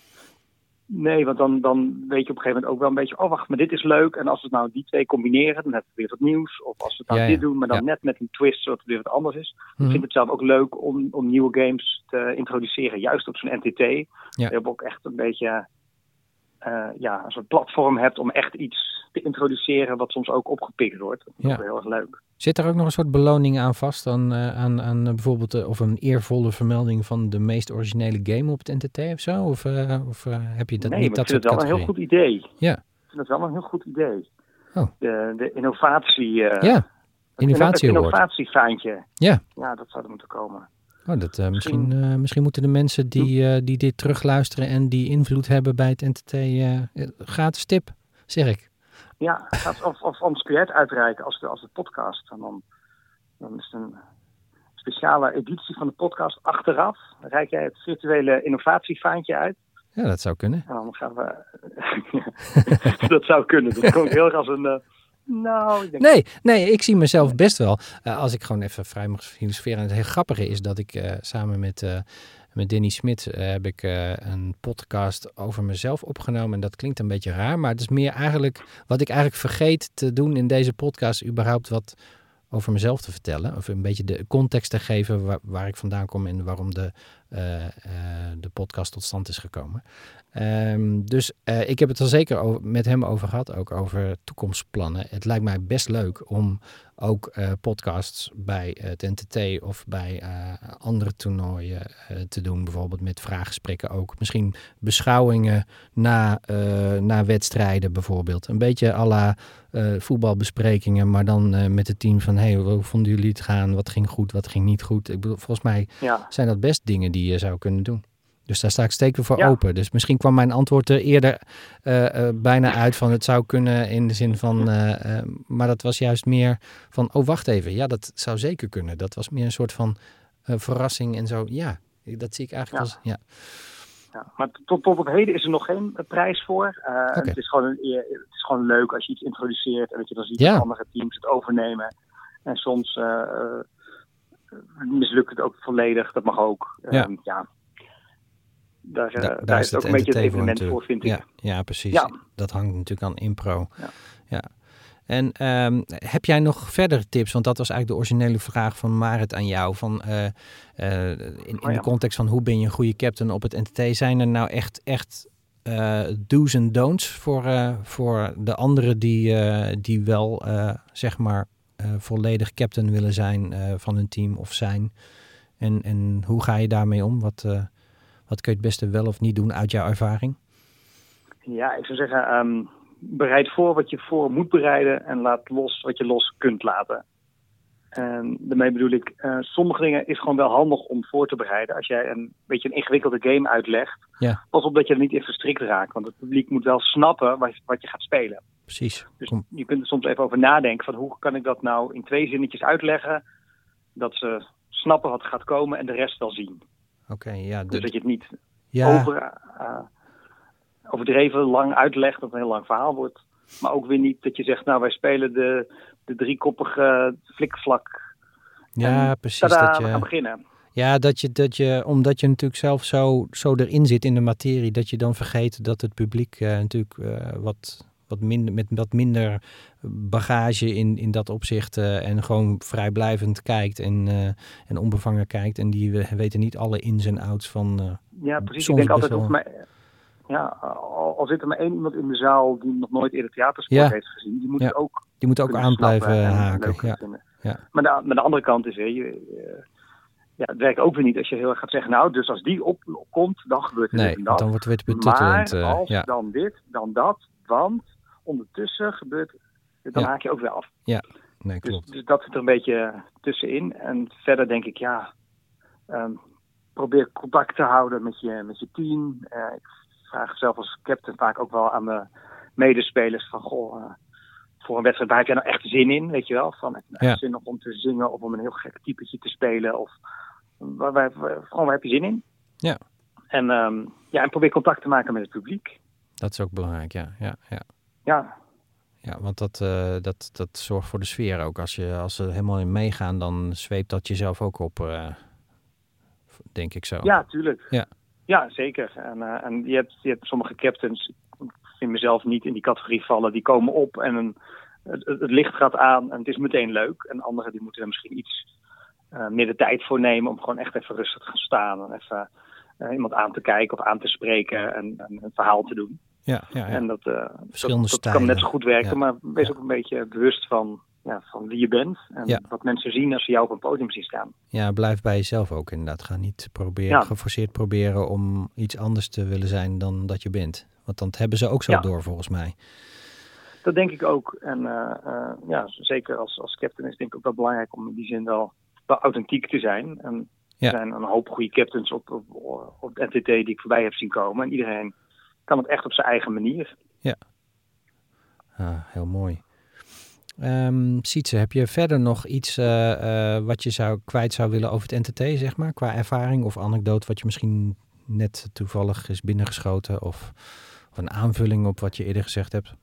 Nee, want dan, dan weet je op een gegeven moment ook wel een beetje... oh, wacht, maar dit is leuk. En als we nou die twee combineren, dan hebben we weer wat nieuws. Of als we nou ja, dit ja. doen, maar dan ja. net met een twist, zodat het weer wat anders is. Mm-hmm. Ik vind het zelf ook leuk om, om nieuwe games te introduceren. Juist op zo'n N T T. Ja. Je hebt ook echt een beetje... Uh, ja, een soort platform hebt om echt iets te introduceren... wat soms ook opgepikt wordt. Dat is ja. heel erg leuk. Zit er ook nog een soort beloning aan vast? Aan, uh, aan, aan uh, bijvoorbeeld uh, of een eervolle vermelding van de meest originele game op het N T T of zo? Of, uh, of uh, heb je dat nee, niet maar dat ik vind soort het wel een heel goed idee. Ja. Ik vind het wel een heel goed idee. Oh. De, de innovatie... Uh, ja, innovatie Het innovatievaantje. Ja. Ja, dat zou er moeten komen. Oh, dat, uh, misschien, uh, misschien moeten de mensen die, uh, die dit terugluisteren en die invloed hebben bij het N T T uh, gratis tip, zeg ik. Ja, of, of ons Q R uitreiken als de, als de podcast. En dan, dan is het een speciale editie van de podcast achteraf. Dan reik jij het virtuele innovatievaantje uit. Ja, dat zou kunnen. En dan gaan we... dat zou kunnen. Dat komt heel erg als een... Uh, Nou, ik denk... Nee, nee, ik zie mezelf best wel. Uh, als ik gewoon even vrij mag filosoferen. En het heel grappige is dat ik uh, samen met, uh, met Danny Smit uh, heb ik uh, een podcast over mezelf opgenomen. En dat klinkt een beetje raar, maar het is meer eigenlijk wat ik eigenlijk vergeet te doen in deze podcast. Überhaupt wat over mezelf te vertellen. Of een beetje de context te geven waar, waar ik vandaan kom en waarom de, uh, uh, de podcast tot stand is gekomen. Um, dus uh, ik heb het er zeker over, met hem over gehad, ook over toekomstplannen. Het lijkt mij best leuk om ook uh, podcasts bij uh, het N T T of bij uh, andere toernooien uh, te doen. Bijvoorbeeld met vraaggesprekken ook. Misschien beschouwingen na, uh, na wedstrijden bijvoorbeeld. Een beetje à la uh, voetbalbesprekingen, maar dan uh, met het team van... hey, hoe vonden jullie het gaan? Wat ging goed, wat ging niet goed? Ik bedoel, volgens mij ja. zijn dat best dingen die je zou kunnen doen. Dus daar sta ik zeker voor ja. open. Dus misschien kwam mijn antwoord er eerder uh, uh, bijna uit van het zou kunnen in de zin van... Uh, uh, maar dat was juist meer van, oh wacht even, ja dat zou zeker kunnen. Dat was meer een soort van uh, verrassing en zo. Ja, dat zie ik eigenlijk ja. als... Ja. Ja, maar tot, tot op heden is er nog geen prijs voor. Uh, okay. het, is gewoon een, het is gewoon leuk als je iets introduceert en dat je dan ziet ja. dat andere teams het overnemen. En soms uh, uh, mislukt het ook volledig, dat mag ook. Ja. Um, ja. Daar, da, uh, daar, daar is is het ook het een beetje het evenement voor, voor, vind ik. Ja, ja precies. Ja. Dat hangt natuurlijk aan impro. Ja. Ja. En um, heb jij nog verdere tips? Want dat was eigenlijk de originele vraag van Marit aan jou. Van, uh, uh, in in oh, ja. de context van hoe ben je een goede captain op het N T T. Zijn er nou echt, echt uh, do's en don'ts voor, uh, voor de anderen die, uh, die wel uh, zeg maar uh, volledig captain willen zijn uh, van hun team of zijn? En, en hoe ga je daarmee om? Wat... Uh, Wat kun je het beste wel of niet doen uit jouw ervaring? Ja, ik zou zeggen, um, bereid voor wat je voor moet bereiden en laat los wat je los kunt laten. En daarmee bedoel ik, uh, sommige dingen is gewoon wel handig om voor te bereiden. Als jij een beetje een ingewikkelde game uitlegt, ja. pas op dat je er niet in verstrikt raakt. Want het publiek moet wel snappen wat, wat je gaat spelen. Precies. Dus Kom. je kunt er soms even over nadenken van hoe kan ik dat nou in twee zinnetjes uitleggen, dat ze snappen wat gaat komen en de rest wel zien. Oké, okay, ja. De... Dus dat je het niet ja. over, uh, overdreven lang uitlegt, dat het een heel lang verhaal wordt. Maar ook weer niet dat je zegt, nou wij spelen de, de driekoppige flikvlak. Ja, en precies. Tada, dat je, we gaan beginnen. Ja, dat je, dat je, omdat je natuurlijk zelf zo, zo erin zit in de materie, dat je dan vergeet dat het publiek uh, natuurlijk uh, wat... Wat minder, met wat minder bagage in, in dat opzicht uh, en gewoon vrijblijvend kijkt en, uh, en onbevangen kijkt. En die uh, weten niet alle ins en outs van... Uh, ja, precies. Ik denk altijd, wel... mij, ja, al, al zit er maar één iemand in de zaal die nog nooit eerder theatersport ja. heeft gezien, die moet ja. het ook Die moet ook aan blijven haken. Ja. Ja. Maar, de, maar de andere kant is weer, je, uh, ja, het werkt ook weer niet als je heel erg gaat zeggen, nou, dus als die op, op komt, dan gebeurt er nee, dit en dat. dan wordt het weer betuttelend. Maar als ja. dan dit, dan dat, want... Ondertussen gebeurt, dan ja. haak je ook weer af. Ja, nee, klopt. Dus, dus dat zit er een beetje tussenin. En verder denk ik, ja, um, probeer contact te houden met je, met je team. Uh, ik vraag zelf als captain vaak ook wel aan de medespelers van, goh, uh, voor een wedstrijd, waar heb jij nou echt zin in, weet je wel? Van, heb je nou echt Ja. zin om te zingen of om een heel gek typetje te spelen? Of waar, waar, waar, gewoon, waar heb je zin in? Ja. En, um, ja, en probeer contact te maken met het publiek. Dat is ook belangrijk, ja. Ja, ja. Ja. Ja, want dat, uh, dat, dat zorgt voor de sfeer ook. Als, je, als ze helemaal in meegaan, dan zweept dat jezelf ook op, uh, denk ik zo. Ja, tuurlijk. Ja, ja zeker. En, uh, en je, hebt, je hebt sommige captains, ik vind mezelf niet in die categorie vallen, die komen op en een, het, het licht gaat aan en het is meteen leuk. En anderen die moeten er misschien iets uh, meer de tijd voor nemen om gewoon echt even rustig te gaan staan en even uh, iemand aan te kijken of aan te spreken en, en een verhaal te doen. Ja, ja, ja. En dat, uh, Verschillende dat, dat stijlen. kan net zo goed werken, Ja. maar wees Ja. ook een beetje bewust van, ja, van wie je bent. En Ja. wat mensen zien als ze jou op een podium zien staan. Ja, blijf bij jezelf ook inderdaad. Ga niet proberen, Ja. geforceerd proberen om iets anders te willen zijn dan dat je bent. Want dan hebben ze ook zo Ja. door volgens mij. Dat denk ik ook. En uh, uh, ja, zeker als, als captain is het denk ik ook wel belangrijk om in die zin wel, wel authentiek te zijn. En Ja. er zijn een hoop goede captains op, op, op N T T die ik voorbij heb zien komen. En iedereen kan het echt op zijn eigen manier. Ja, ah, heel mooi. Um, Sietse, heb je verder nog iets uh, uh, wat je zou, kwijt zou willen over het N T T, zeg maar? Qua ervaring of anekdote wat je misschien net toevallig is binnengeschoten? Of, of een aanvulling op wat je eerder gezegd hebt?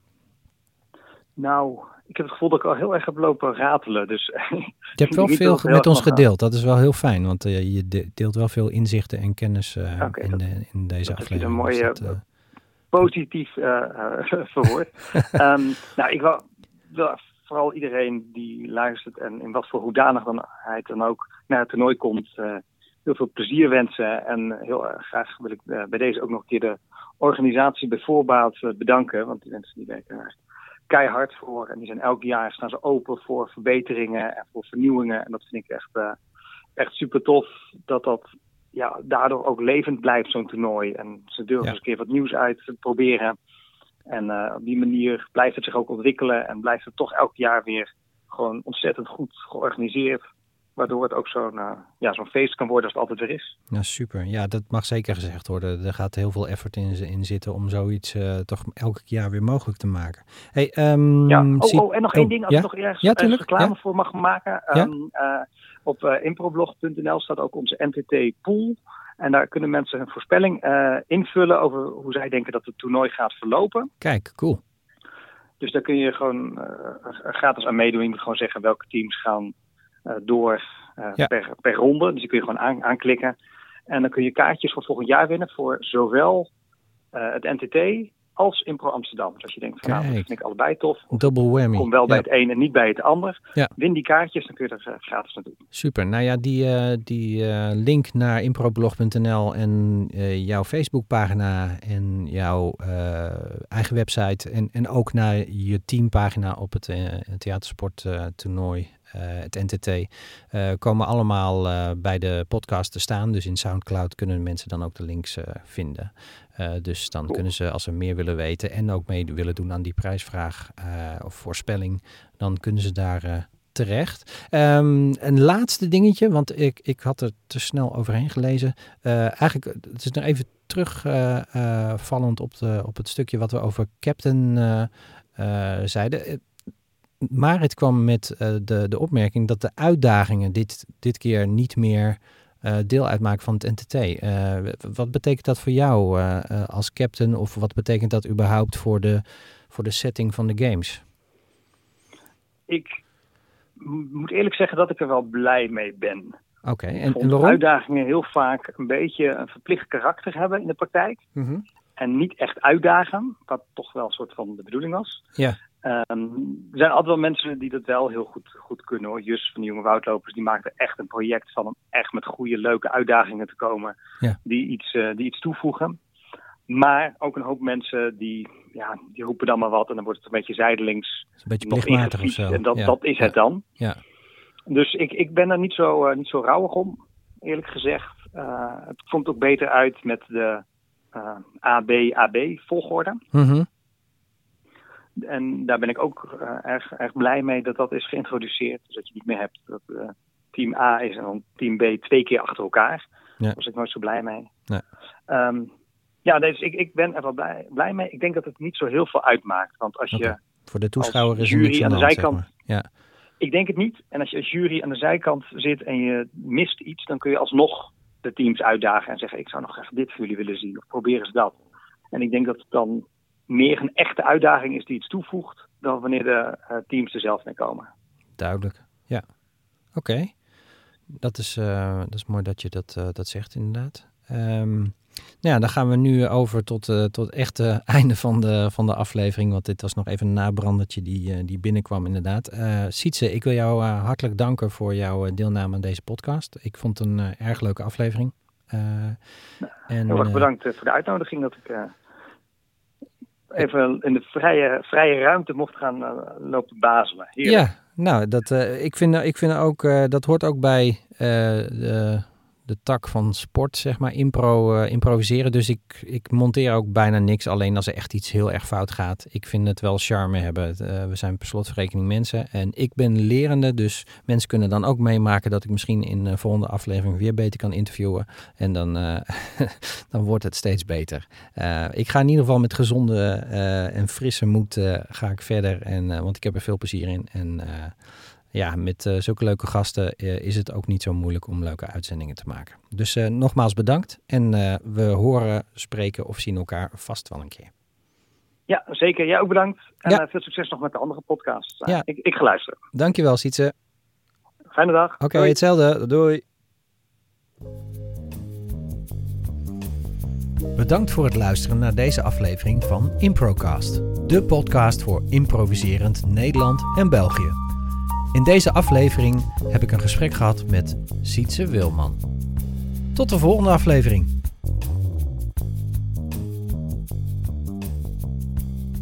Nou, ik heb het gevoel dat ik al heel erg heb lopen ratelen. Dus je hebt wel veel ge- met ons gedeeld. Dat is wel heel fijn, want uh, je deelt wel veel inzichten en kennis uh, okay, in, dat, de, in deze dat aflevering. Een mooie, dus dat, uh... positief uh, uh, verwoord. um, nou, ik wil, wil vooral iedereen die luistert en in wat voor hoedanigheid dan ook naar het toernooi komt, uh, heel veel plezier wensen. En heel uh, graag wil ik uh, bij deze ook nog een keer de organisatie bij voorbaat uh, bedanken. Want die mensen die werken er keihard voor. En die zijn elk jaar staan ze open voor verbeteringen en voor vernieuwingen. En dat vind ik echt, uh, echt super tof dat dat ja, daardoor ook levend blijft, zo'n toernooi. En ze durven ja. eens een keer wat nieuws uit te proberen. En uh, op die manier blijft het zich ook ontwikkelen en blijft het toch elk jaar weer gewoon ontzettend goed georganiseerd. Waardoor het ook zo'n, uh, ja, zo'n feest kan worden als het altijd weer is. Ja, super. Ja, dat mag zeker gezegd worden. Er gaat heel veel effort in, in zitten om zoiets uh, toch elk jaar weer mogelijk te maken. Hey, um, ja, oh, zie... oh, en nog oh, één ding, als ja? ik nog ergens, ja, ergens reclame ja? voor mag maken. Ja? Um, uh, op uh, improblog punt n l staat ook onze N T T pool. En daar kunnen mensen een voorspelling uh, invullen over hoe zij denken dat het toernooi gaat verlopen. Kijk, cool. Dus daar kun je gewoon uh, gratis aan meedoen. Je moet gewoon zeggen welke teams gaan uh, door uh, ja. per, per ronde. Dus die kun je gewoon aan, aanklikken. En dan kun je kaartjes voor volgend jaar winnen voor zowel uh, het N T T als Impro Amsterdam. Dus als je denkt van nou, dat vind ik allebei tof. Double whammy. Kom wel bij ja. het een en niet bij het ander. Ja. Win die kaartjes, dan kun je er uh, gratis naartoe. Super. Nou ja, die, uh, die uh, link naar improblog punt n l en uh, jouw Facebookpagina en jouw uh, eigen website en, en ook naar je teampagina op het uh, theatersporttoernooi, uh, het N T T, uh, komen allemaal uh, bij de podcast te staan. Dus in Soundcloud kunnen mensen dan ook de links uh, vinden. Uh, dus dan cool. kunnen ze, als ze meer willen weten en ook mee willen doen aan die prijsvraag uh, of voorspelling, dan kunnen ze daar uh, terecht. Um, een laatste dingetje, want ik, ik had er te snel overheen gelezen. Uh, eigenlijk, het is nog even terugvallend uh, uh, op, de, op het stukje wat we over Captain uh, uh, zeiden. Marit kwam met uh, de, de opmerking dat de uitdagingen dit, dit keer niet meer Uh, deel uitmaken van het N T T. Uh, wat betekent dat voor jou uh, uh, als captain of wat betekent dat überhaupt voor de, voor de setting van de games? Ik m- moet eerlijk zeggen dat ik er wel blij mee ben. Oké, okay. en, en waarom? Uitdagingen heel vaak een beetje een verplicht karakter hebben in de praktijk. Mm-hmm. En niet echt uitdagen, wat toch wel een soort van de bedoeling was. Ja. Um, er zijn altijd wel mensen die dat wel heel goed, goed kunnen hoor. Jus van de Jonge Woudlopers, die maakten echt een project van om echt met goede, leuke uitdagingen te komen. Ja. Die, iets, uh, die iets toevoegen. Maar ook een hoop mensen die, ja, die roepen dan maar wat en dan wordt het een beetje zijdelings. Een beetje plichtmatig of zo. En dat, ja. dat is ja. het dan. Ja. Dus ik, ik ben er niet zo, uh, niet zo rauwig om, eerlijk gezegd. Uh, het komt ook beter uit met de uh, A B A B volgorde. Mm-hmm. En daar ben ik ook uh, erg, erg blij mee dat dat is geïntroduceerd. Dus dat je niet meer hebt dat uh, team A is en dan team B twee keer achter elkaar. Ja. Daar was ik nooit zo blij mee. Nee. Um, ja, dus ik, ik ben er wel blij, blij mee. Ik denk dat het niet zo heel veel uitmaakt. Want als Okay. je Voor de toeschouwer is jury er niks aan de, aan de hand, zijkant... zeg maar. Ja. Ik denk het niet. En als je als jury aan de zijkant zit en je mist iets, dan kun je alsnog de teams uitdagen en zeggen, ik zou nog even dit voor jullie willen zien. Of proberen ze dat. En ik denk dat het dan meer een echte uitdaging is die iets toevoegt, dan wanneer de uh, teams er zelf mee komen. Duidelijk, ja. Oké. Okay. Dat is, uh, dat is mooi dat je dat, uh, dat zegt, inderdaad. Um, nou ja, dan gaan we nu over tot, uh, tot het echte einde van de, van de aflevering. Want dit was nog even een nabrandertje die, uh, die binnenkwam, inderdaad. Uh, Sietse, ik wil jou uh, hartelijk danken voor jouw uh, deelname aan deze podcast. Ik vond het een uh, erg leuke aflevering. Uh, nou, en, heel erg uh, bedankt uh, voor de uitnodiging dat ik... Uh... even in de vrije, vrije ruimte mocht gaan uh, lopen bazelen. Heerlijk. Ja, nou, dat, uh, ik vind, ik vind ook, uh, dat hoort ook bij uh, de, de tak van sport, zeg maar, impro, uh, improviseren. Dus ik, ik monteer ook bijna niks, alleen als er echt iets heel erg fout gaat. Ik vind het wel charme hebben. Uh, we zijn per slotverrekening mensen en ik ben lerende, dus mensen kunnen dan ook meemaken dat ik misschien in de volgende aflevering weer beter kan interviewen. En dan, uh, dan wordt het steeds beter. Uh, ik ga in ieder geval met gezonde uh, en frisse moed uh, ga ik verder, en, uh, want ik heb er veel plezier in. En uh, ja, met uh, zulke leuke gasten uh, is het ook niet zo moeilijk om leuke uitzendingen te maken. Dus uh, nogmaals bedankt en uh, we horen, spreken of zien elkaar vast wel een keer. Ja, zeker. Jij ook bedankt. En ja. uh, veel succes nog met de andere podcasts. Uh, ja. ik, ik ga luisteren. Dankjewel, Sietse. Fijne dag. Oké, okay, hetzelfde. Doei. Bedankt voor het luisteren naar deze aflevering van Improcast. De podcast voor improviserend Nederland en België. In deze aflevering heb ik een gesprek gehad met Sietse Wilman. Tot de volgende aflevering.